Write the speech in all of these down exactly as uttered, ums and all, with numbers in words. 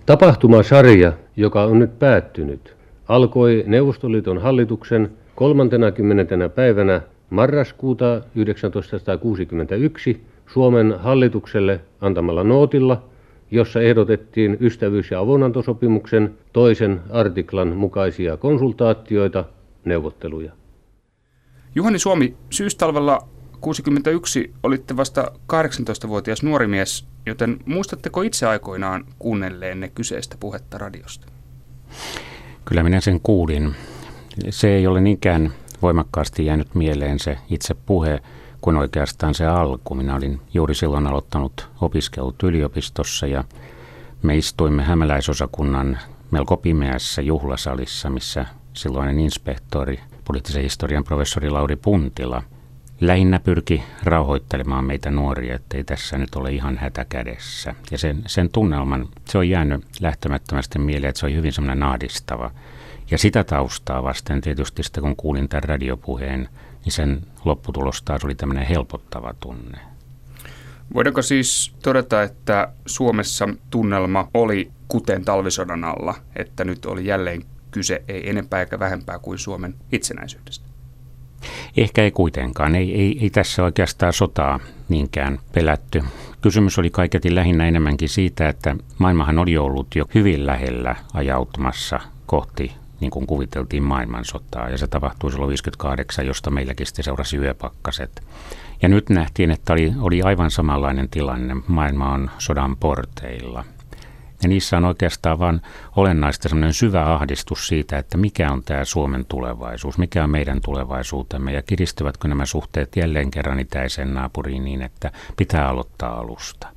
Tapahtumasarja, joka on nyt päättynyt, alkoi Neuvostoliiton hallituksen kolmantenakymmenentenä päivänä marraskuuta tuhatyhdeksänsataakuusikymmentäyksi Suomen hallitukselle antamalla nootilla, jossa ehdotettiin ystävyys- ja avunantosopimuksen toisen artiklan mukaisia konsultaatioita, neuvotteluja. Juhani Suomi, syystalvella kuusikymmentäyksi olitte vasta kahdeksantoistavuotias nuori mies, joten muistatteko itse aikoinaan kuunnelleenne kyseistä puhetta radiosta? Kyllä minä sen kuulin. Se ei ole niinkään voimakkaasti jäänyt mieleen se itse puhe kuin oikeastaan se alku. Minä olin juuri silloin aloittanut opiskelut yliopistossa ja me istuimme hämäläisosakunnan melko pimeässä juhlasalissa, missä silloinen inspektori, poliittisen historian professori Lauri Puntila, lähinnä pyrki rauhoittelemaan meitä nuoria, ettei tässä nyt ole ihan hätä kädessä. Ja sen, sen tunnelman, se on jäänyt lähtemättömästi mieleen, että se oli hyvin semmoinen ahdistava. Ja sitä taustaa vasten tietysti sitten, kun kuulin tämän radiopuheen, niin sen lopputulos taas oli tämmöinen helpottava tunne. Voidaanko siis todeta, että Suomessa tunnelma oli kuten talvisodan alla, että nyt oli jälleen kyse ei enempää eikä vähempää kuin Suomen itsenäisyydestä? Ehkä ei kuitenkaan. Ei, ei, ei tässä oikeastaan sotaa niinkään pelätty. Kysymys oli kaiketi lähinnä enemmänkin siitä, että maailmahan oli ollut jo hyvin lähellä ajautumassa kohti, niin kuin kuviteltiin, maailmansotaa. Ja se tapahtui silloin viisikymmentäkahdeksan, josta meilläkin sitten seurasi yöpakkaset. Ja nyt nähtiin, että oli, oli aivan samanlainen tilanne. Maailma on sodan porteilla. Ja niissä on oikeastaan vain olennaista semmoinen syvä ahdistus siitä, että mikä on tämä Suomen tulevaisuus, mikä on meidän tulevaisuutemme ja kiristyvätkö nämä suhteet jälleen kerran itäiseen naapuriin niin, että pitää aloittaa alusta.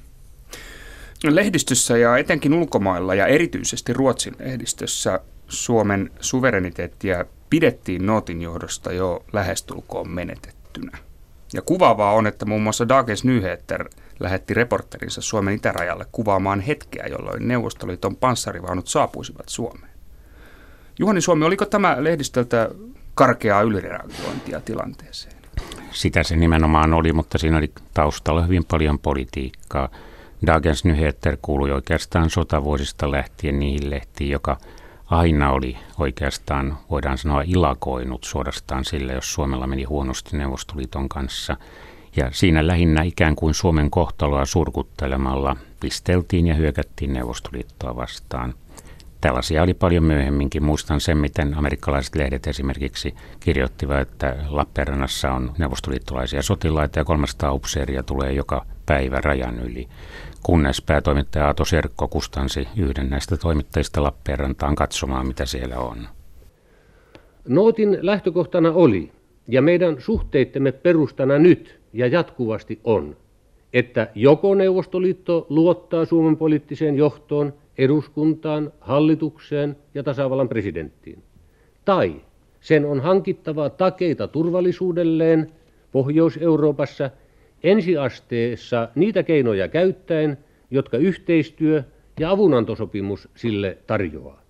Lehdistössä ja etenkin ulkomailla ja erityisesti Ruotsin lehdistössä Suomen suvereniteettia pidettiin nootin johdosta jo lähestulkoon menetettynä. Ja kuvaavaa on, että muun muassa Dagens Nyheter lähetti reporterinsa Suomen itärajalle kuvaamaan hetkeä, jolloin Neuvostoliiton panssarivaunut saapuisivat Suomeen. Juhani Suomi, oliko tämä lehdistöltä karkeaa ylireagointia tilanteeseen? Sitä se nimenomaan oli, mutta siinä oli taustalla hyvin paljon politiikkaa. Dagens Nyheter kuului oikeastaan sotavuosista lähtien niihin lehtiin, joka aina oli oikeastaan, voidaan sanoa, ilakoinut suorastaan sille, jos Suomella meni huonosti Neuvostoliiton kanssa. Ja siinä lähinnä ikään kuin Suomen kohtaloa surkuttelemalla pisteltiin ja hyökättiin Neuvostoliittoa vastaan. Tällaisia oli paljon myöhemminkin. Muistan sen, miten amerikkalaiset lehdet esimerkiksi kirjoittivat, että Lappeenrannassa on neuvostoliittolaisia sotilaita ja kolmesataa upseeria tulee joka päivä rajan yli. Kunnes päätoimittaja Aato Serkko kustansi yhden näistä toimittajista Lappeenrantaan katsomaan, mitä siellä on. Nootin lähtökohtana oli, ja meidän suhteittemme perustana nyt ja jatkuvasti on, että joko Neuvostoliitto luottaa Suomen poliittiseen johtoon, eduskuntaan, hallitukseen ja tasavallan presidenttiin, tai sen on hankittava takeita turvallisuudelleen Pohjois-Euroopassa ensiasteessa niitä keinoja käyttäen, jotka yhteistyö ja avunantosopimus sille tarjoaa.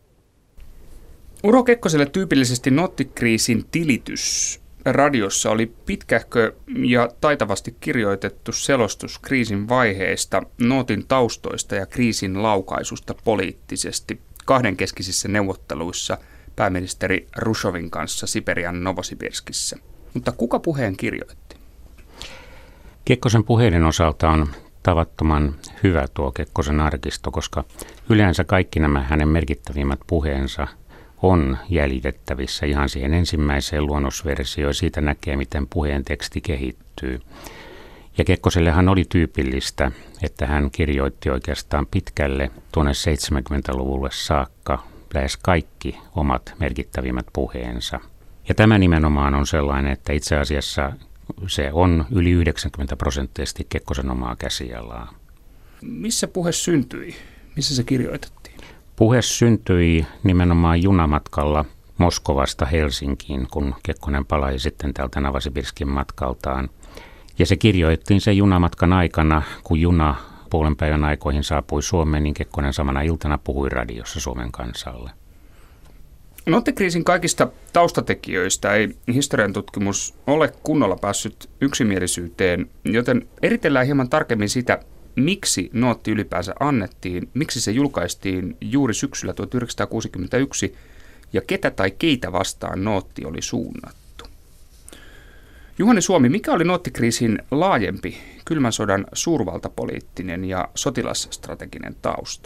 Urho Kekkoselle tyypillisesti noottikriisin tilitys radiossa oli pitkähkö ja taitavasti kirjoitettu selostus kriisin vaiheista, nootin taustoista ja kriisin laukaisusta poliittisesti kahdenkeskisissä neuvotteluissa pääministeri Hruščovin kanssa Siperian Novosibirskissä. Mutta kuka puheen kirjoitti? Kekkosen puheiden osalta on tavattoman hyvä tuo Kekkosen arkisto, koska yleensä kaikki nämä hänen merkittävimmät puheensa on jäljitettävissä ihan siihen ensimmäiseen luonnosversioon. Siitä näkee, miten puheen teksti kehittyy. Ja Kekkosellehan oli tyypillistä, että hän kirjoitti oikeastaan pitkälle tuonne seitsemänkymmentäluvulle saakka lähes kaikki omat merkittävimmät puheensa. Ja tämä nimenomaan on sellainen, että itse asiassa se on yli yhdeksänkymmentä prosenttisesti Kekkosen omaa käsialaa. Missä puhe syntyi? Missä se kirjoitettiin? Puhe syntyi nimenomaan junamatkalla Moskovasta Helsinkiin, kun Kekkonen palasi sitten täältä Novosibirskin matkaltaan. Ja se kirjoittiin sen junamatkan aikana, kun juna puolen päivän aikoihin saapui Suomeen, niin Kekkonen samana iltana puhui radiossa Suomen kansalle. Noottikriisin kaikista taustatekijöistä ei historian tutkimus ole kunnolla päässyt yksimielisyyteen, joten eritellään hieman tarkemmin sitä, miksi nootti ylipäänsä annettiin, miksi se julkaistiin juuri syksyllä tuhatyhdeksänsataakuusikymmentäyksi ja ketä tai keitä vastaan nootti oli suunnattu. Juhani Suomi, mikä oli noottikriisin laajempi kylmän sodan suurvaltapoliittinen ja sotilasstrateginen tausta?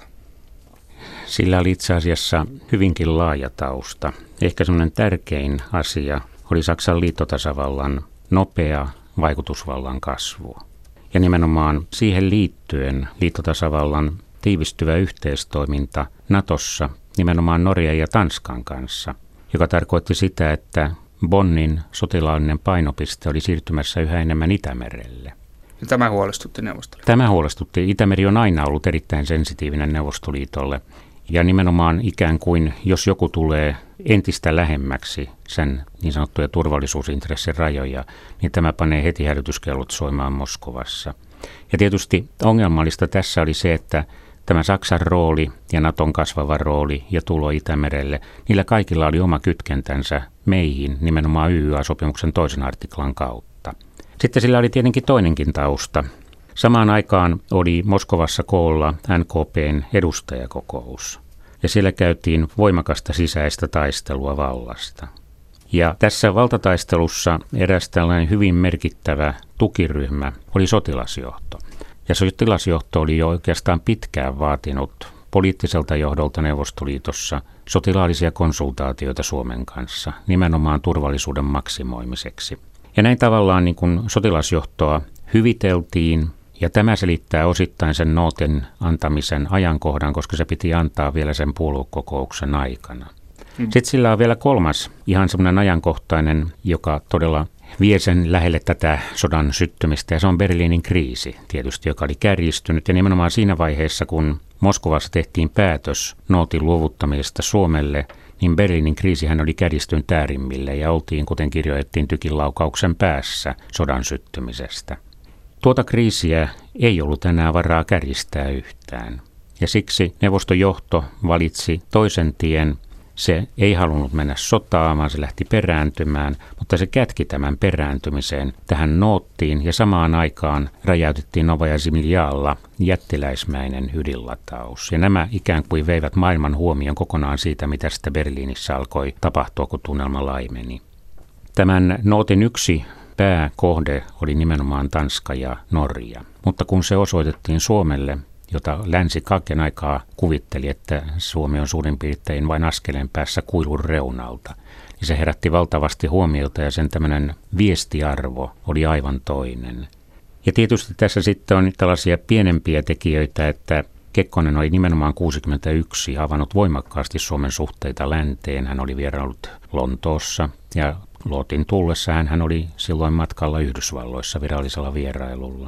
Sillä oli itse asiassa hyvinkin laaja tausta. Ehkä semmoinen tärkein asia oli Saksan liittotasavallan nopea vaikutusvallan kasvu. Ja nimenomaan siihen liittyen liittotasavallan tiivistyvä yhteistoiminta Natossa nimenomaan Norjan ja Tanskan kanssa, joka tarkoitti sitä, että Bonnin sotilaallinen painopiste oli siirtymässä yhä enemmän Itämerelle. Ja tämä huolestutti Neuvostoliitolle? Tämä huolestutti. Itämeri on aina ollut erittäin sensitiivinen Neuvostoliitolle. Ja nimenomaan ikään kuin, jos joku tulee entistä lähemmäksi sen niin sanottuja turvallisuusintressin rajoja, niin tämä panee heti hälytyskellot soimaan Moskovassa. Ja tietysti ongelmallista tässä oli se, että tämä Saksan rooli ja Naton kasvava rooli ja tulo Itämerelle, niillä kaikilla oli oma kytkentänsä meihin nimenomaan Y Y A-sopimuksen toisen artiklan kautta. Sitten sillä oli tietenkin toinenkin tausta. Samaan aikaan oli Moskovassa koolla N K P:n edustajakokous, ja siellä käytiin voimakasta sisäistä taistelua vallasta. Ja tässä valtataistelussa eräs tällainen hyvin merkittävä tukiryhmä oli sotilasjohto. Ja sotilasjohto oli jo oikeastaan pitkään vaatinut poliittiselta johdolta Neuvostoliitossa sotilaallisia konsultaatioita Suomen kanssa, nimenomaan turvallisuuden maksimoimiseksi. Ja näin tavallaan niin kuin sotilasjohtoa hyviteltiin, ja tämä selittää osittain sen nootin antamisen ajankohdan, koska se piti antaa vielä sen puoluekokouksen aikana. Hmm. Sitten sillä on vielä kolmas, ihan semmoinen ajankohtainen, joka todella vie sen lähelle tätä sodan syttymistä, ja se on Berliinin kriisi tietysti, joka oli kärjistynyt. Ja nimenomaan siinä vaiheessa, kun Moskovassa tehtiin päätös nootin luovuttamisesta Suomelle, niin Berliinin kriisihän oli kärjistynyt äärimmille ja oltiin, kuten kirjoitettiin, tykinlaukauksen päässä sodan syttymisestä. Tuota kriisiä ei ollut enää varaa kärjistää yhtään, ja siksi neuvostojohto valitsi toisen tien. Se ei halunnut mennä sotaan, vaan se lähti perääntymään, mutta se kätki tämän perääntymiseen tähän noottiin, ja samaan aikaan räjäytettiin Novaja Zemljalla jättiläismäinen ydinlataus. Ja nämä ikään kuin veivät maailman huomion kokonaan siitä, mitä sitä Berliinissä alkoi tapahtua, kun tunnelma laimeni. Tämän nootin yksi pääkohde oli nimenomaan Tanska ja Norja, mutta kun se osoitettiin Suomelle, jota länsi kaiken aikaa kuvitteli, että Suomi on suurin piirtein vain askeleen päässä kuilun reunalta, niin se herätti valtavasti huomiota, ja sen tämmöinen viestiarvo oli aivan toinen. Ja tietysti tässä sitten on tällaisia pienempiä tekijöitä, että Kekkonen oli nimenomaan kuusikymmentäyksi havainnut voimakkaasti Suomen suhteita länteen. Hän oli vieraillut Lontoossa, ja Lootin tullessa hän oli silloin matkalla Yhdysvalloissa virallisella vierailulla.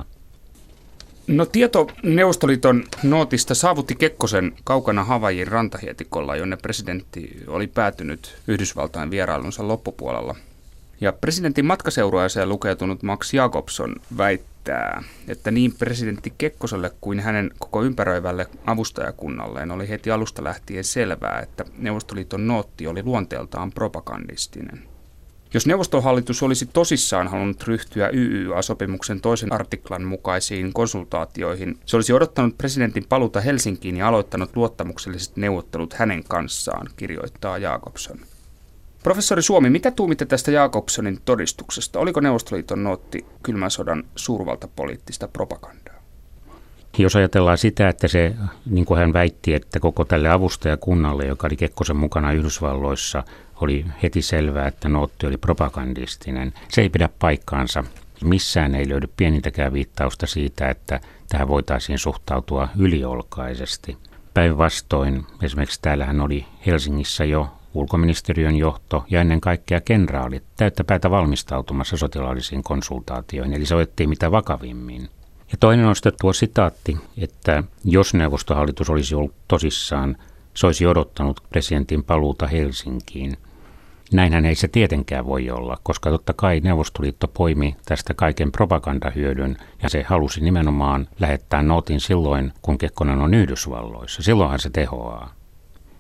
No tieto Neuvostoliiton nootista saavutti Kekkosen kaukana Havaijin rantahietikolla, jonne presidentti oli päätynyt Yhdysvaltain vierailunsa loppupuolella. Ja presidentin matkaseuraajaiseen lukeutunut Max Jakobson väittää, että niin presidentti Kekkoselle kuin hänen koko ympäröivälle avustajakunnalleen oli heti alusta lähtien selvää, että Neuvostoliiton nootti oli luonteeltaan propagandistinen. Jos neuvostohallitus olisi tosissaan halunnut ryhtyä Y Y A-sopimuksen toisen artiklan mukaisiin konsultaatioihin, se olisi odottanut presidentin paluuta Helsinkiin ja aloittanut luottamukselliset neuvottelut hänen kanssaan, kirjoittaa Jakobson. Professori Suomi, mitä tuumitte tästä Jakobsonin todistuksesta? Oliko Neuvostoliiton nootti kylmän sodan suurvaltapoliittista propagandaa? Jos ajatellaan sitä, että se, niin kuin hän väitti, että koko tälle avustajakunnalle, joka oli Kekkosen mukana Yhdysvalloissa, oli heti selvää, että nootti oli propagandistinen. Se ei pidä paikkaansa. Missään ei löydy pienintäkään viittausta siitä, että tähän voitaisiin suhtautua yliolkaisesti. Päinvastoin, esimerkiksi täällähän oli Helsingissä jo ulkoministeriön johto ja ennen kaikkea kenraalit täyttä päätä valmistautumassa sotilaallisiin konsultaatioihin, eli se otettiin mitä vakavimmin. Ja toinen on sitten tuo sitaatti, että jos neuvostohallitus olisi ollut tosissaan, se olisi odottanut presidentin paluuta Helsinkiin. Näinhän ei se tietenkään voi olla, koska totta kai Neuvostoliitto poimi tästä kaiken propagandahyödyn, ja se halusi nimenomaan lähettää nootin silloin, kun Kekkonen on Yhdysvalloissa. Silloinhan se tehoaa.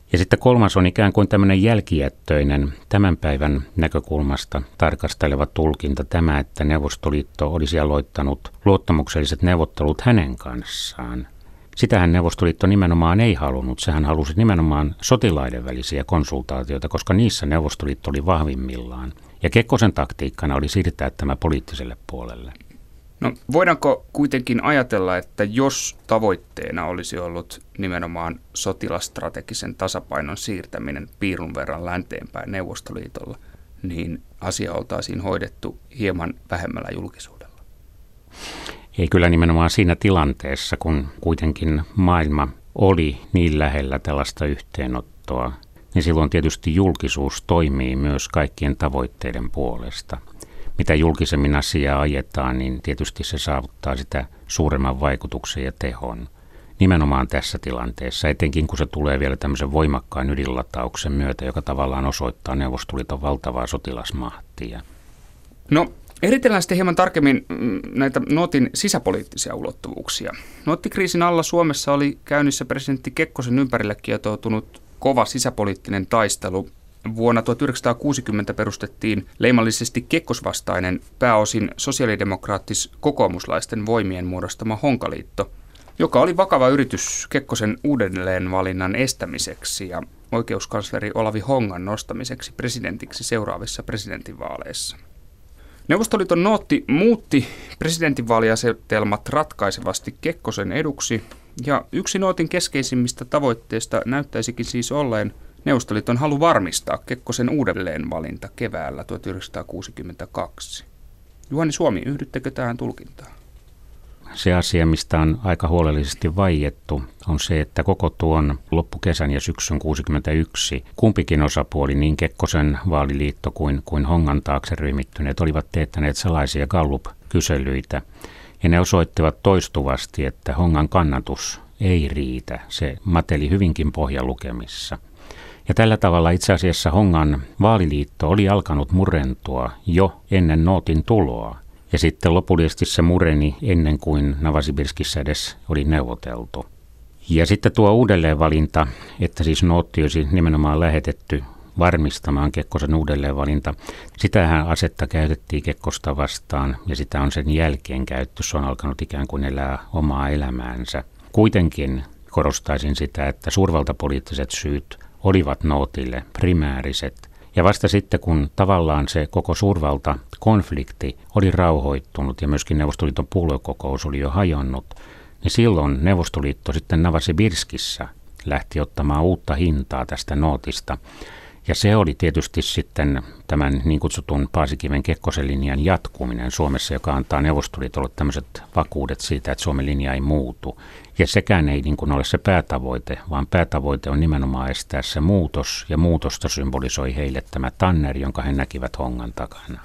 Ja sitten kolmas on ikään kuin tämmöinen jälkijättöinen tämän päivän näkökulmasta tarkasteleva tulkinta tämä, että Neuvostoliitto olisi aloittanut luottamukselliset neuvottelut hänen kanssaan. Sitähän Neuvostoliitto nimenomaan ei halunnut. Sehän halusi nimenomaan sotilaiden välisiä konsultaatioita, koska niissä Neuvostoliitto oli vahvimmillaan. Ja Kekkosen taktiikkana oli siirtää tämä poliittiselle puolelle. No, voidaanko kuitenkin ajatella, että jos tavoitteena olisi ollut nimenomaan sotilastrategisen tasapainon siirtäminen piirun verran länteenpäin Neuvostoliitolla, niin asia oltaisiin hoidettu hieman vähemmällä julkisuudella? Ei kyllä nimenomaan siinä tilanteessa, kun kuitenkin maailma oli niin lähellä tällaista yhteenottoa, niin silloin tietysti julkisuus toimii myös kaikkien tavoitteiden puolesta. Mitä julkisemmin asiaa ajetaan, niin tietysti se saavuttaa sitä suuremman vaikutuksen ja tehon. Nimenomaan tässä tilanteessa, etenkin kun se tulee vielä tämmöisen voimakkaan ydinlatauksen myötä, joka tavallaan osoittaa Neuvostoliiton valtavaa sotilasmahtia. No, eritellään sitten hieman tarkemmin näitä Nootin sisäpoliittisia ulottuvuuksia. Noottikriisin alla Suomessa oli käynnissä presidentti Kekkosen ympärille kietoutunut kova sisäpoliittinen taistelu. Vuonna tuhatyhdeksänsataakuusikymmentä perustettiin leimallisesti kekkosvastainen pääosin sosiaalidemokraattis-kokoomuslaisten voimien muodostama Honkaliitto, joka oli vakava yritys Kekkosen uudelleenvalinnan estämiseksi ja oikeuskansleri Olavi Hongan nostamiseksi presidentiksi seuraavissa presidentinvaaleissa. Neuvostoliiton Nootti muutti presidentinvaaliasetelmat ratkaisevasti Kekkosen eduksi, ja yksi Nootin keskeisimmistä tavoitteista näyttäisikin siis olleen Neuvostoliiton halu varmistaa Kekkosen uudelleenvalinta keväällä tuhatyhdeksänsataakuusikymmentäkaksi. Juhani Suomi, yhdyttekö tähän tulkintaan? Se asia, mistä on aika huolellisesti vaiettu, on se, että koko tuon loppukesän ja syksyn kuusikymmentäyksi kumpikin osapuoli, niin Kekkosen vaaliliitto kuin, kuin Hongan taakse ryhmittyneet, olivat teettäneet salaisia Gallup-kyselyitä. Ja ne osoittivat toistuvasti, että Hongan kannatus ei riitä. Se mateli hyvinkin pohjalukemissa. Ja tällä tavalla itse asiassa Hongan vaaliliitto oli alkanut murentua jo ennen Nootin tuloa. Ja sitten lopullisesti se mureni ennen kuin Novosibirskissä edes oli neuvoteltu. Ja sitten tuo uudelleenvalinta, että siis Nootti olisi nimenomaan lähetetty varmistamaan Kekkosen uudelleenvalinta. Sitähän asetta käytettiin Kekkosta vastaan ja sitä on sen jälkeen käytetty. Se on alkanut ikään kuin elää omaa elämäänsä. Kuitenkin korostaisin sitä, että suurvaltapoliittiset syyt olivat Nootille primääriset. Ja vasta sitten, kun tavallaan se koko suurvaltakonflikti oli rauhoittunut ja myöskin Neuvostoliiton puoluekokous oli jo hajonnut, niin silloin Neuvostoliitto sitten Novosibirskissä lähti ottamaan uutta hintaa tästä Nootista. Ja se oli tietysti sitten tämän niin kutsutun Paasikiven-Kekkosen linjan jatkuminen Suomessa, joka antaa Neuvostoliitolle tämmöiset vakuudet siitä, että Suomen linja ei muutu. Ja sekään ei niin kuin ole se päätavoite, vaan päätavoite on nimenomaan estää se muutos, ja muutosta symbolisoi heille tämä tanner, jonka he näkivät Hongan takana.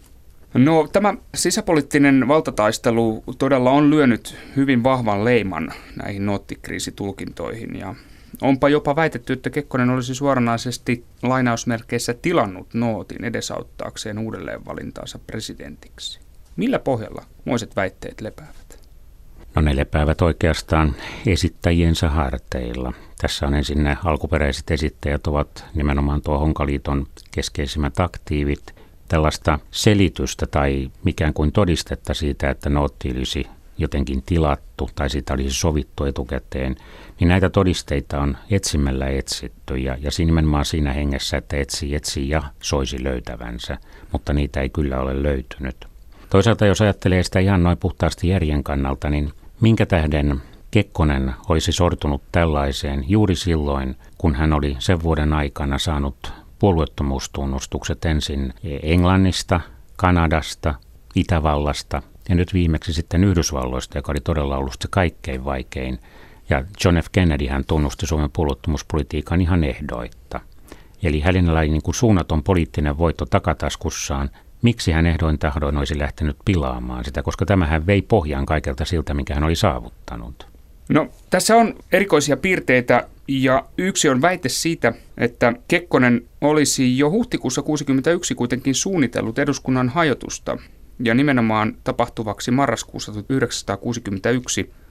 No, tämä sisäpoliittinen valtataistelu todella on lyönyt hyvin vahvan leiman näihin noottikriisitulkintoihin, ja onpa jopa väitetty, että Kekkonen olisi suoranaisesti lainausmerkeissä tilannut Nootin edesauttaakseen uudelleenvalintaansa presidentiksi. Millä pohjalla moiset väitteet lepäävät? No ne lepäävät oikeastaan esittäjiensä harteilla. Tässä on ensin ne alkuperäiset esittäjät ovat nimenomaan tuo Honkaliiton keskeisimmät aktiivit. Tällaista selitystä tai ikään kuin todistetta siitä, että Nootti olisi jotenkin tilattu tai siitä olisi sovittu etukäteen, niin näitä todisteita on etsimällä etsitty ja, ja nimenomaan siinä hengessä, että etsii, etsii ja soisi löytävänsä, mutta niitä ei kyllä ole löytynyt. Toisaalta jos ajattelee sitä ihan noin puhtaasti järjen kannalta, niin minkä tähden Kekkonen olisi sortunut tällaiseen juuri silloin, kun hän oli sen vuoden aikana saanut puolueettomuustunnustukset ensin Englannista, Kanadasta, Itävallasta ja nyt viimeksi sitten Yhdysvalloista, joka oli todella ollut se kaikkein vaikein. Ja John F. Kennedy hän tunnusti Suomen puolueettomuuspolitiikan ihan ehdoitta. Eli hänellä oli niin kuin suunnaton poliittinen voitto takataskussaan. Miksi hän ehdoin tahdoin olisi lähtenyt pilaamaan sitä, koska tämähän vei pohjaan kaikelta siltä, minkä hän oli saavuttanut. No, tässä on erikoisia piirteitä ja yksi on väite siitä, että Kekkonen olisi jo huhtikuussa kuusikymmentäyksi kuitenkin suunnitellut eduskunnan hajotusta ja nimenomaan tapahtuvaksi marraskuussa tuhatyhdeksänsataakuusikymmentäyksi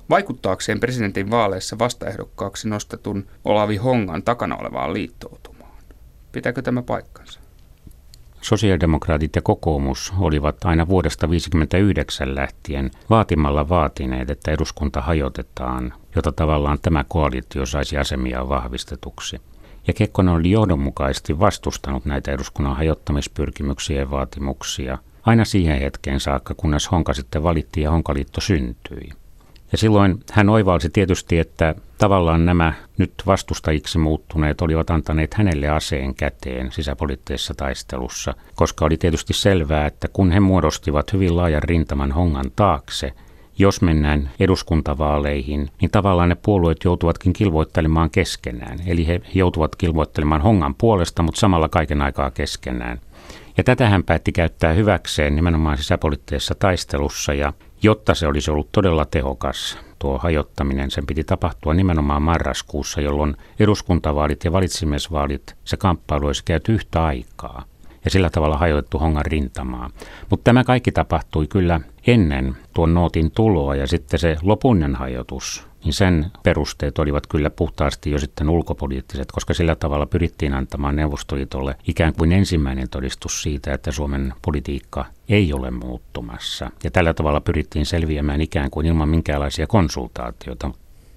vaikuttaakseen presidentin vaaleissa vastaehdokkaaksi nostetun Olavi Hongan takana olevaan liittoutumaan. Pitääkö tämä paikkansa? Sosiaalidemokraatit ja kokoomus olivat aina vuodesta tuhatyhdeksänsataaviisikymmentäyhdeksän lähtien vaatimalla vaatineet, että eduskunta hajotetaan, jota tavallaan tämä koalitio saisi asemiaan vahvistetuksi. Ja Kekkonen oli johdonmukaisesti vastustanut näitä eduskunnan hajottamispyrkimyksiä ja vaatimuksia aina siihen hetkeen saakka, kunnes Honka sitten valittiin ja Honkaliitto syntyi. Ja silloin hän oivalsi tietysti, että tavallaan nämä nyt vastustajiksi muuttuneet olivat antaneet hänelle aseen käteen sisäpoliittisessa taistelussa, koska oli tietysti selvää, että kun he muodostivat hyvin laajan rintaman Hongan taakse, jos mennään eduskuntavaaleihin, niin tavallaan ne puolueet joutuvatkin kilvoittelemaan keskenään. Eli he joutuvat kilvoittelemaan Hongan puolesta, mutta samalla kaiken aikaa keskenään. Ja tätä hän päätti käyttää hyväkseen nimenomaan sisäpoliittisessa taistelussa, ja jotta se olisi ollut todella tehokas, tuo hajottaminen, sen piti tapahtua nimenomaan marraskuussa, jolloin eduskuntavaalit ja valitsimiesvaalit, se kamppailu olisi käyty yhtä aikaa. Ja sillä tavalla hajotettu Hongan rintamaa. Mutta tämä kaikki tapahtui kyllä ennen tuon nootin tuloa, ja sitten se lopullinen hajotus, niin sen perusteet olivat kyllä puhtaasti jo sitten ulkopoliittiset, koska sillä tavalla pyrittiin antamaan Neuvostoliitolle ikään kuin ensimmäinen todistus siitä, että Suomen politiikka ei ole muuttumassa. Ja tällä tavalla pyrittiin selviämään ikään kuin ilman minkäänlaisia konsultaatioita.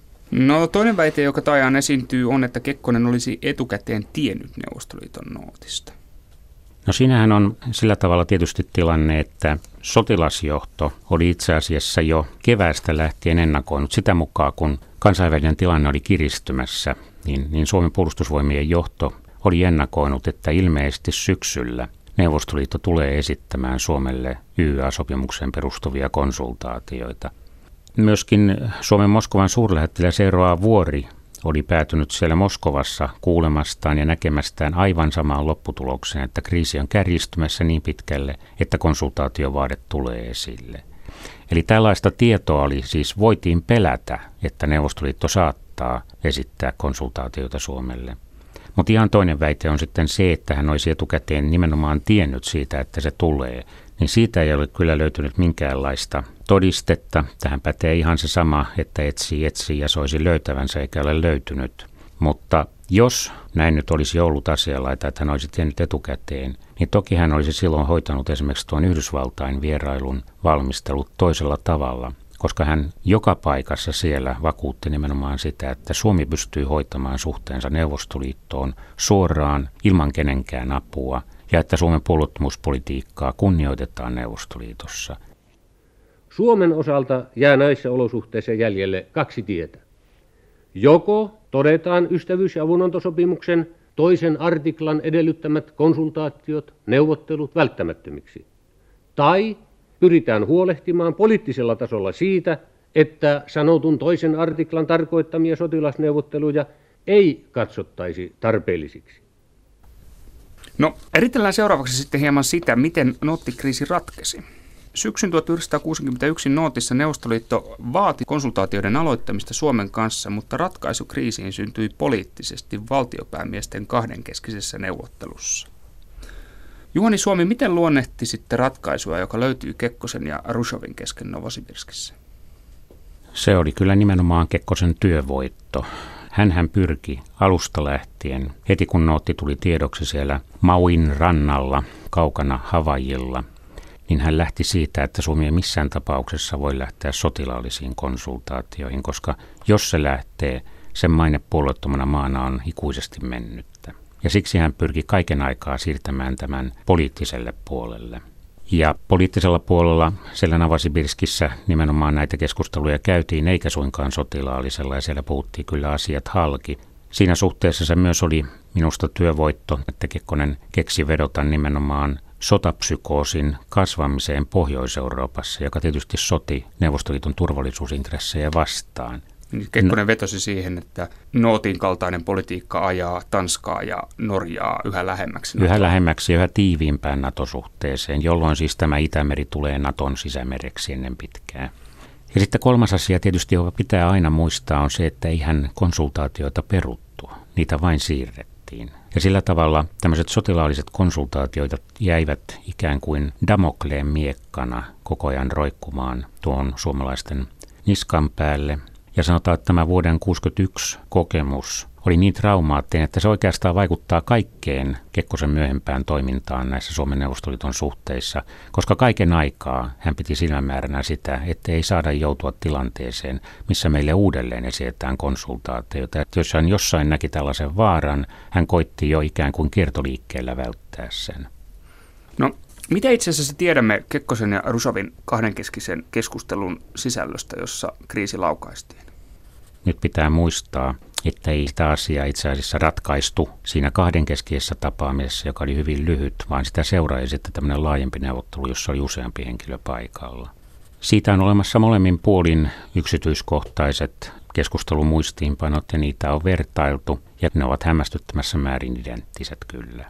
No toinen väite, joka taajaan esiintyy, on, että Kekkonen olisi etukäteen tiennyt Neuvostoliiton nootista. No siinähän on sillä tavalla tietysti tilanne, että sotilasjohto oli itse asiassa jo keväästä lähtien ennakoinut sitä mukaan, kun kansainvälinen tilanne oli kiristymässä, niin, niin Suomen puolustusvoimien johto oli ennakoinut, että ilmeisesti syksyllä Neuvostoliitto tulee esittämään Suomelle Y A-sopimukseen perustuvia konsultaatioita. Myöskin Suomen Moskovan suurlähettiläs Eero A. Vuori oli päätynyt siellä Moskovassa kuulemastaan ja näkemästään aivan samaan lopputulokseen, että kriisi on kärjistymässä niin pitkälle, että konsultaatiovaade tulee esille. Eli tällaista tietoa oli siis, voitiin pelätä, että Neuvostoliitto saattaa esittää konsultaatioita Suomelle. Mutta ihan toinen väite on sitten se, että hän olisi etukäteen nimenomaan tiennyt siitä, että se tulee. Niin siitä ei ole kyllä löytynyt minkäänlaista todistetta. Tähän pätee ihan se sama, että etsii, etsii ja soisi löytävänsä eikä ole löytynyt. Mutta jos näin nyt olisi ollut asianlaita, että hän olisi tiennyt etukäteen, niin toki hän olisi silloin hoitanut esimerkiksi tuon Yhdysvaltain vierailun valmistelut toisella tavalla, koska hän joka paikassa siellä vakuutti nimenomaan sitä, että Suomi pystyy hoitamaan suhteensa Neuvostoliittoon suoraan ilman kenenkään apua, ja että Suomen puolueettomuuspolitiikkaa kunnioitetaan Neuvostoliitossa. Suomen osalta jää näissä olosuhteissa jäljelle kaksi tietä. Joko todetaan ystävyys- ja avunantosopimuksen toisen artiklan edellyttämät konsultaatiot, neuvottelut välttämättömiksi, tai pyritään huolehtimaan poliittisella tasolla siitä, että sanotun toisen artiklan tarkoittamia sotilasneuvotteluja ei katsottaisi tarpeellisiksi. No, eritellään seuraavaksi sitten hieman sitä, miten noottikriisi ratkesi. Syksyn tuhatyhdeksänsataakuusikymmentäyksi nootissa Neuvostoliitto vaati konsultaatioiden aloittamista Suomen kanssa, mutta ratkaisu kriisiin syntyi poliittisesti valtiopäämiesten kahdenkeskisessä neuvottelussa. Juhani Suomi, miten luonnehtisitte ratkaisua, joka löytyy Kekkosen ja Hruščovin kesken Novosibirskissä? Se oli kyllä nimenomaan Kekkosen työvoitto. Hänhän pyrki alusta lähtien, heti kun nootti tuli tiedoksi siellä Mauin rannalla, kaukana Havaijilla, niin hän lähti siitä, että Suomi ei missään tapauksessa voi lähteä sotilaallisiin konsultaatioihin, koska jos se lähtee, sen maine puolueettomana maana on ikuisesti mennyttä. Ja siksi hän pyrki kaiken aikaa siirtämään tämän poliittiselle puolelle. Ja poliittisella puolella siellä Novosibirskissä nimenomaan näitä keskusteluja käytiin, eikä suinkaan sotilaallisella, ja siellä puhuttiin kyllä asiat halki. Siinä suhteessa se myös oli minusta työvoitto, että Kekkonen keksi vedota nimenomaan sotapsykoosin kasvamiseen Pohjois-Euroopassa, joka tietysti soti Neuvostoliiton turvallisuusintressejä vastaan. Kekkonen vetosi siihen, että nootin kaltainen politiikka ajaa Tanskaa ja Norjaa yhä lähemmäksi. Yhä lähemmäksi ja yhä tiiviimpään NATO-suhteeseen, jolloin siis tämä Itämeri tulee Naton sisämereksi ennen pitkään. Ja sitten kolmas asia tietysti, joka pitää aina muistaa, on se, että eihän konsultaatioita peruttu, niitä vain siirrettiin. Ja sillä tavalla tämmöiset sotilaalliset konsultaatioita jäivät ikään kuin Damokleen miekkana koko ajan roikkumaan tuon suomalaisten niskan päälle. Ja sanotaan, että tämä vuoden kuusikymmentäyksi kokemus oli niin traumaattinen, että se oikeastaan vaikuttaa kaikkeen Kekkosen myöhempään toimintaan näissä Suomen Neuvostoliiton suhteissa, koska kaiken aikaa hän piti silmämääränä sitä, että ei saada joutua tilanteeseen, missä meille uudelleen esitetään konsultaatioita. Että jos hän jossain näki tällaisen vaaran, hän koitti jo ikään kuin kiertoliikkeellä välttää sen. No, mitä itse asiassa tiedämme Kekkosen ja Rusovin kahdenkeskisen keskustelun sisällöstä, jossa kriisi laukaistiin? Nyt pitää muistaa, että ei sitä asiaa itse asiassa ratkaistu siinä kahdenkeskisessä tapaamisessa, joka oli hyvin lyhyt, vaan sitä seuraisi sitten tämmöinen laajempi neuvottelu, jossa oli useampi henkilö paikalla. Siitä on olemassa molemmin puolin yksityiskohtaiset keskustelumuistiinpanot ja niitä on vertailtu ja ne ovat hämmästyttämässä määrin identtiset kyllä.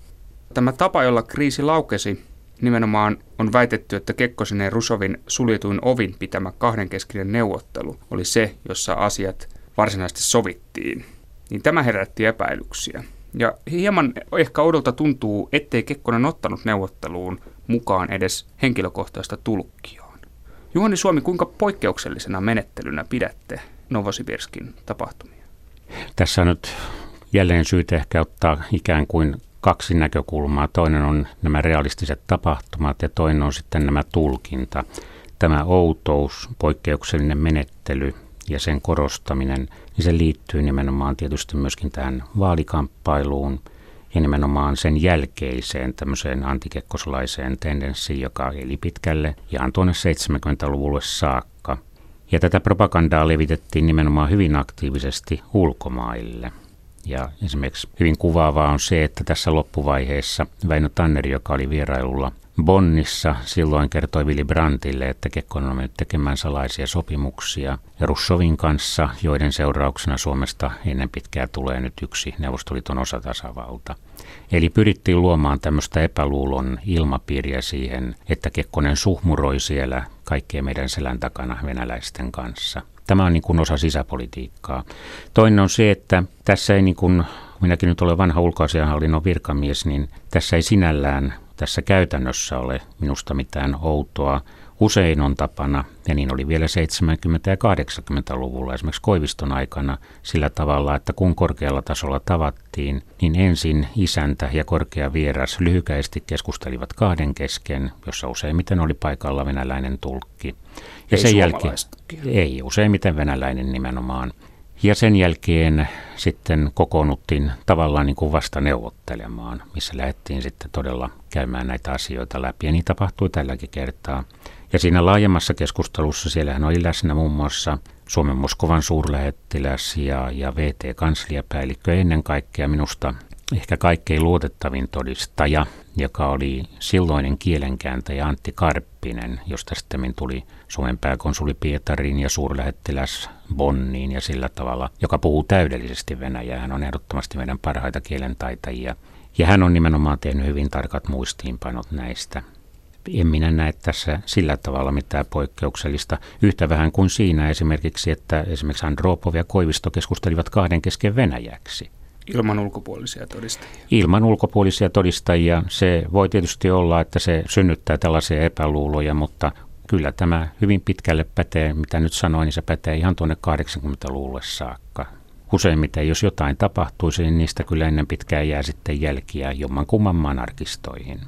Tämä tapa, jolla kriisi laukesi, nimenomaan on väitetty, että Kekkosen ja Rusovin suljetuin ovin pitämä kahdenkeskinen neuvottelu oli se, jossa asiat varsinaisesti sovittiin. Niin tämä herätti epäilyksiä. Ja hieman ehkä oudolta tuntuu, ettei Kekkonen ottanut neuvotteluun mukaan edes henkilökohtaista tulkkiaan. Juhani Suomi, kuinka poikkeuksellisena menettelynä pidätte Novosibirskin tapahtumia? Tässä on nyt jälleen syytä ehkä ottaa ikään kuin kaksi näkökulmaa. Toinen on nämä realistiset tapahtumat ja toinen on sitten nämä tulkinta. Tämä outous, poikkeuksellinen menettely ja sen korostaminen, niin se liittyy nimenomaan tietysti myöskin tähän vaalikamppailuun ja nimenomaan sen jälkeiseen tämmöiseen antikekkosalaiseen tendenssiin, joka eli pitkälle ja tuonne seitsemänkymmentäluvulle saakka. Ja tätä propagandaa levitettiin nimenomaan hyvin aktiivisesti ulkomaille. Ja esimerkiksi hyvin kuvaavaa on se, että tässä loppuvaiheessa Väinö Tanneri, joka oli vierailulla Bonnissa, silloin kertoi Willy Brandtille, että Kekkonen on mennyt tekemään salaisia sopimuksia Rusovin kanssa, joiden seurauksena Suomesta ennen pitkää tulee nyt yksi Neuvostoliiton osatasavalta. Eli pyrittiin luomaan tämmöistä epäluulon ilmapiiriä siihen, että Kekkonen suhmuroi siellä kaikkien meidän selän takana venäläisten kanssa. Tämä on niin kuin osa sisäpolitiikkaa. Toinen on se, että tässä ei niin kuin, minäkin nyt olen vanha ulkoasiainhallinnon virkamies, niin tässä ei sinällään tässä käytännössä ole minusta mitään outoa. Usein on tapana, ja niin oli vielä seitsemänkymmentä- ja kahdeksankymmentäluvulla esimerkiksi Koiviston aikana sillä tavalla, että kun korkealla tasolla tavattiin, niin ensin isäntä ja korkea vieras lyhykäisesti keskustelivat kahden kesken, jossa useimmiten oli paikalla venäläinen tulkki. Ja ei sen jälkeen ei, useimmiten venäläinen nimenomaan. Ja sen jälkeen sitten kokoonnuttiin tavallaan niin kuin vasta neuvottelemaan, missä lähdettiin sitten todella käymään näitä asioita läpi. Ja niin tapahtui tälläkin kertaa. Ja siinä laajemmassa keskustelussa siellähän oli läsnä muun muassa Suomen Moskovan suurlähettiläs ja, ja V T-kansliapäällikkö ennen kaikkea minusta ehkä kaikkein luotettavin todistaja, joka oli silloinen kielenkääntäjä Antti Karppinen, josta sitten tuli Suomen pääkonsuli Pietariin ja suurlähettiläs Bonniin ja sillä tavalla, joka puhuu täydellisesti venäjää. Hän on ehdottomasti meidän parhaita kielentaitajia. Ja hän on nimenomaan tehnyt hyvin tarkat muistiinpanot näistä. En minä näe tässä sillä tavalla mitään poikkeuksellista. Yhtä vähän kuin siinä esimerkiksi, että esimerkiksi Andropov ja Koivisto keskustelivat kahden kesken venäjäksi. Ilman ulkopuolisia todistajia. Ilman ulkopuolisia todistajia. Se voi tietysti olla, että se synnyttää tällaisia epäluuloja, mutta kyllä tämä hyvin pitkälle pätee, mitä nyt sanoin, niin se pätee ihan tuonne kahdeksankymmentäluvulle saakka. Useimmiten, jos jotain tapahtuisi, niin niistä kyllä ennen pitkään jää sitten jälkiä jommankumman monarkistoihin.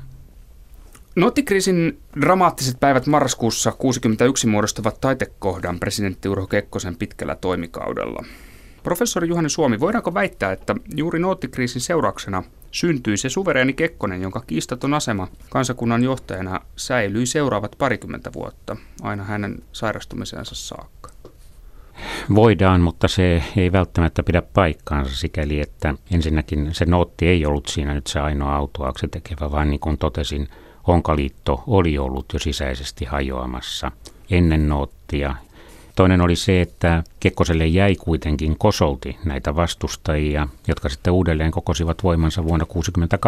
Noottikriisin dramaattiset päivät marraskuussa kuusikymmentäyksi muodostavat taitekohdan presidentti Urho Kekkosen pitkällä toimikaudella. Professori Juhani Suomi, voidaanko väittää, että juuri noottikriisin seurauksena syntyi se suvereeni Kekkonen, jonka kiistaton asema kansakunnan johtajana säilyi seuraavat parikymmentä vuotta, aina hänen sairastumisensa saakka? Voidaan, mutta se ei välttämättä pidä paikkaansa sikäli, että ensinnäkin se nootti ei ollut siinä nyt se ainoa autuaaksi tekevä, vaan niin kuin totesin, Onkaliitto oli ollut jo sisäisesti hajoamassa ennen noottia. Toinen oli se, että Kekkoselle jäi kuitenkin kosolti näitä vastustajia, jotka sitten uudelleen kokosivat voimansa vuonna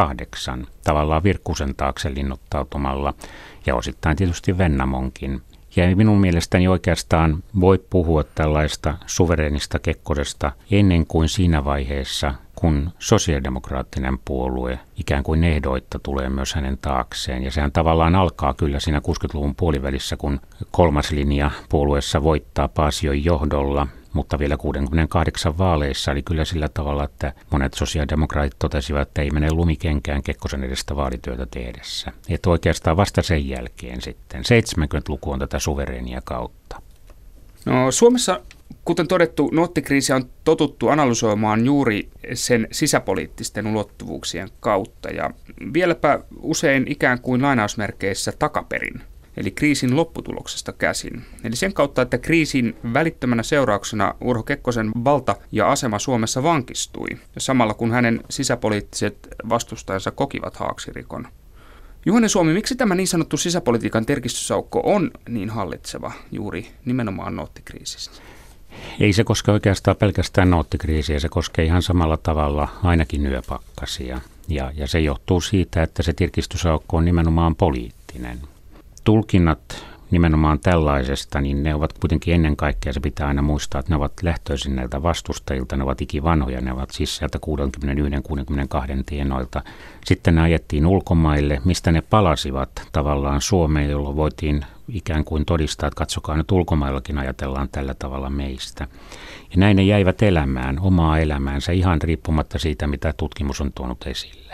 tuhatyhdeksänsataakuusikymmentäkahdeksan, tavallaan Virkkusen taakse linnoittautumalla ja osittain tietysti Vennamonkin. Ja minun mielestäni oikeastaan voi puhua tällaista suvereenista Kekkosesta ennen kuin siinä vaiheessa, kun sosiaalidemokraattinen puolue ikään kuin ehdoitta tulee myös hänen taakseen. Ja sehän tavallaan alkaa kyllä siinä kuusikymmentäluvun puolivälissä, kun kolmas linja puolueessa voittaa Paasion johdolla. Mutta vielä kuusikymmentäkahdeksan vaaleissa oli kyllä sillä tavalla, että monet sosiaalidemokraatit totesivat, että ei mene lumikenkään Kekkosen edestä vaalityötä tehdessä. Että oikeastaan vasta sen jälkeen sitten. seitsemänkymmentäluku on tätä suvereenia kautta. No, Suomessa, kuten todettu, noottikriisiä on totuttu analysoimaan juuri sen sisäpoliittisten ulottuvuuksien kautta ja vieläpä usein ikään kuin lainausmerkeissä takaperin. Eli kriisin lopputuloksesta käsin. Eli sen kautta, että kriisin välittömänä seurauksena Urho Kekkosen valta ja asema Suomessa vankistui, samalla kun hänen sisäpoliittiset vastustajansa kokivat haaksirikon. Juhani Suomi, miksi tämä niin sanottu sisäpolitiikan terkistysaukko on niin hallitseva juuri nimenomaan noottikriisissä? Ei se koske oikeastaan pelkästään noottikriisiä, se koskee ihan samalla tavalla ainakin yöpakkasia. Ja, ja se johtuu siitä, että se tirkistysaukko on nimenomaan poliittinen. Tulkinnat nimenomaan tällaisesta, niin ne ovat kuitenkin ennen kaikkea, se pitää aina muistaa, että ne ovat lähtöisin näiltä vastustajilta, ne ovat ikivanhoja, ne ovat siis sieltä kuusikymmentäyksi kuusikymmentäkaksi tienoilta. Sitten ne ajettiin ulkomaille, mistä ne palasivat tavallaan Suomeen, jolloin voitiin ikään kuin todistaa, että katsokaa nyt ulkomaillakin ajatellaan tällä tavalla meistä. Ja näin ne jäivät elämään, omaa elämäänsä ihan riippumatta siitä, mitä tutkimus on tuonut esille.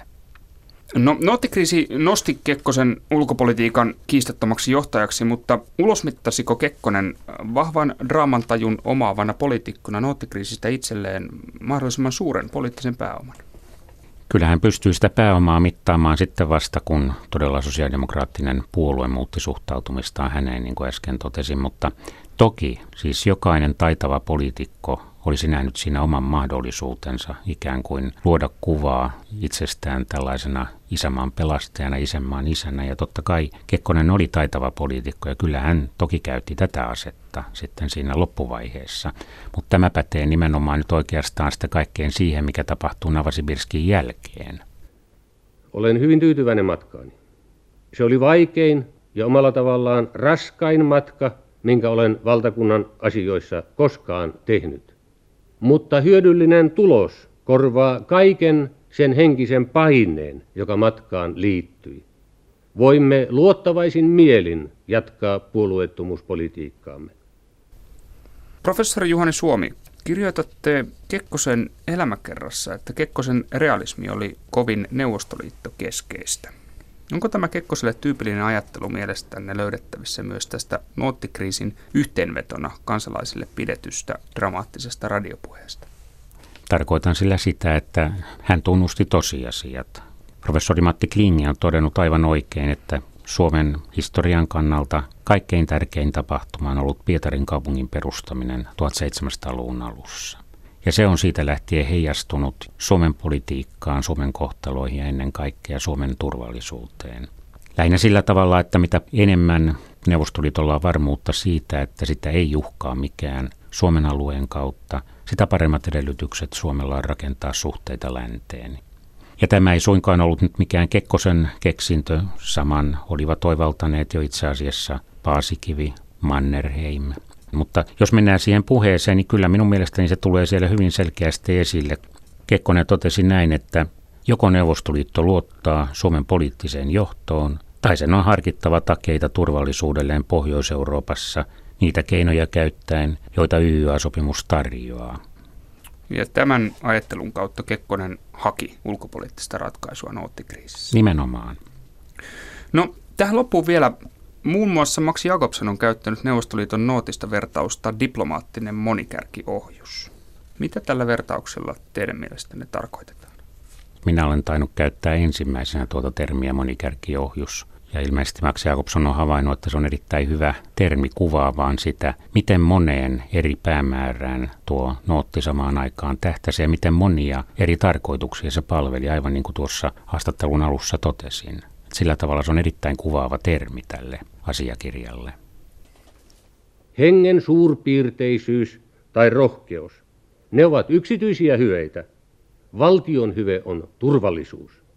No, noottikriisi nosti Kekkosen ulkopolitiikan kiistattomaksi johtajaksi, mutta ulosmittasiko Kekkonen vahvan draamantajun omaavana poliitikkona noottikriisistä itselleen mahdollisimman suuren poliittisen pääoman? Kyllähän pystyy sitä pääomaa mittaamaan sitten vasta, kun todella sosiaalidemokraattinen puolue muutti suhtautumistaan häneen, niin kuin äsken totesin, mutta toki siis jokainen taitava poliitikko olisi nähnyt siinä oman mahdollisuutensa ikään kuin luoda kuvaa itsestään tällaisena isänmaan pelastajana, isänmaan isänä. Ja totta kai Kekkonen oli taitava poliitikko ja kyllä hän toki käytti tätä asetta sitten siinä loppuvaiheessa. Mutta tämä pätee nimenomaan nyt oikeastaan sitä kaikkeen siihen, mikä tapahtuu Novosibirskin jälkeen. Olen hyvin tyytyväinen matkaani. Se oli vaikein ja omalla tavallaan raskain matka, minkä olen valtakunnan asioissa koskaan tehnyt. Mutta hyödyllinen tulos korvaa kaiken sen henkisen paineen, joka matkaan liittyi. Voimme luottavaisin mielin jatkaa puolueettomuuspolitiikkaamme. Professori Juhani Suomi, kirjoitatte Kekkosen elämäkerrassa, että Kekkosen realismi oli kovin neuvostoliittokeskeistä. Onko tämä Kekkoselle tyypillinen ajattelu mielestänne löydettävissä myös tästä noottikriisin yhteenvetona kansalaisille pidetystä dramaattisesta radiopuheesta? Tarkoitan sillä sitä, että hän tunnusti tosiasiat. Professori Matti Klingi on todennut aivan oikein, että Suomen historian kannalta kaikkein tärkein tapahtuma on ollut Pietarin kaupungin perustaminen tuhatseitsemänsataaluvun alussa. Ja se on siitä lähtien heijastunut Suomen politiikkaan, Suomen kohtaloihin ja ennen kaikkea Suomen turvallisuuteen. Lähinnä sillä tavalla, että mitä enemmän Neuvostoliitolla on varmuutta siitä, että sitä ei uhkaa mikään Suomen alueen kautta, sitä paremmat edellytykset Suomella on rakentaa suhteita länteen. Ja tämä ei suinkaan ollut nyt mikään Kekkosen keksintö, saman olivat oivaltaneet jo itse asiassa Paasikivi, Mannerheim. Mutta jos mennään siihen puheeseen, niin kyllä minun mielestäni se tulee siellä hyvin selkeästi esille. Kekkonen totesi näin, että joko Neuvostoliitto luottaa Suomen poliittiseen johtoon, tai sen on harkittava takeita turvallisuudelleen Pohjois-Euroopassa niitä keinoja käyttäen, joita Y Y A-sopimus tarjoaa. Ja tämän ajattelun kautta Kekkonen haki ulkopoliittista ratkaisua noottikriisissä. Nimenomaan. No, tähän loppuun vielä. Muun muassa Max Jakobsen on käyttänyt Neuvostoliiton nootista vertausta diplomaattinen monikärkiohjus. Mitä tällä vertauksella teidän mielestänne tarkoitetaan? Minä olen tainnut käyttää ensimmäisenä tuota termiä monikärkiohjus. Ja ilmeisesti Max Jakobson on havainnut, että se on erittäin hyvä termi kuvaavaan sitä, miten moneen eri päämäärään tuo nootti samaan aikaan tähtäsi ja miten monia eri tarkoituksia se palveli, aivan niin kuin tuossa haastattelun alussa totesin. Sillä tavalla se on erittäin kuvaava termi tälle asiakirjalle. Hengen suurpiirteisyys tai rohkeus, ne ovat yksityisiä hyveitä. Valtion hyve on turvallisuus.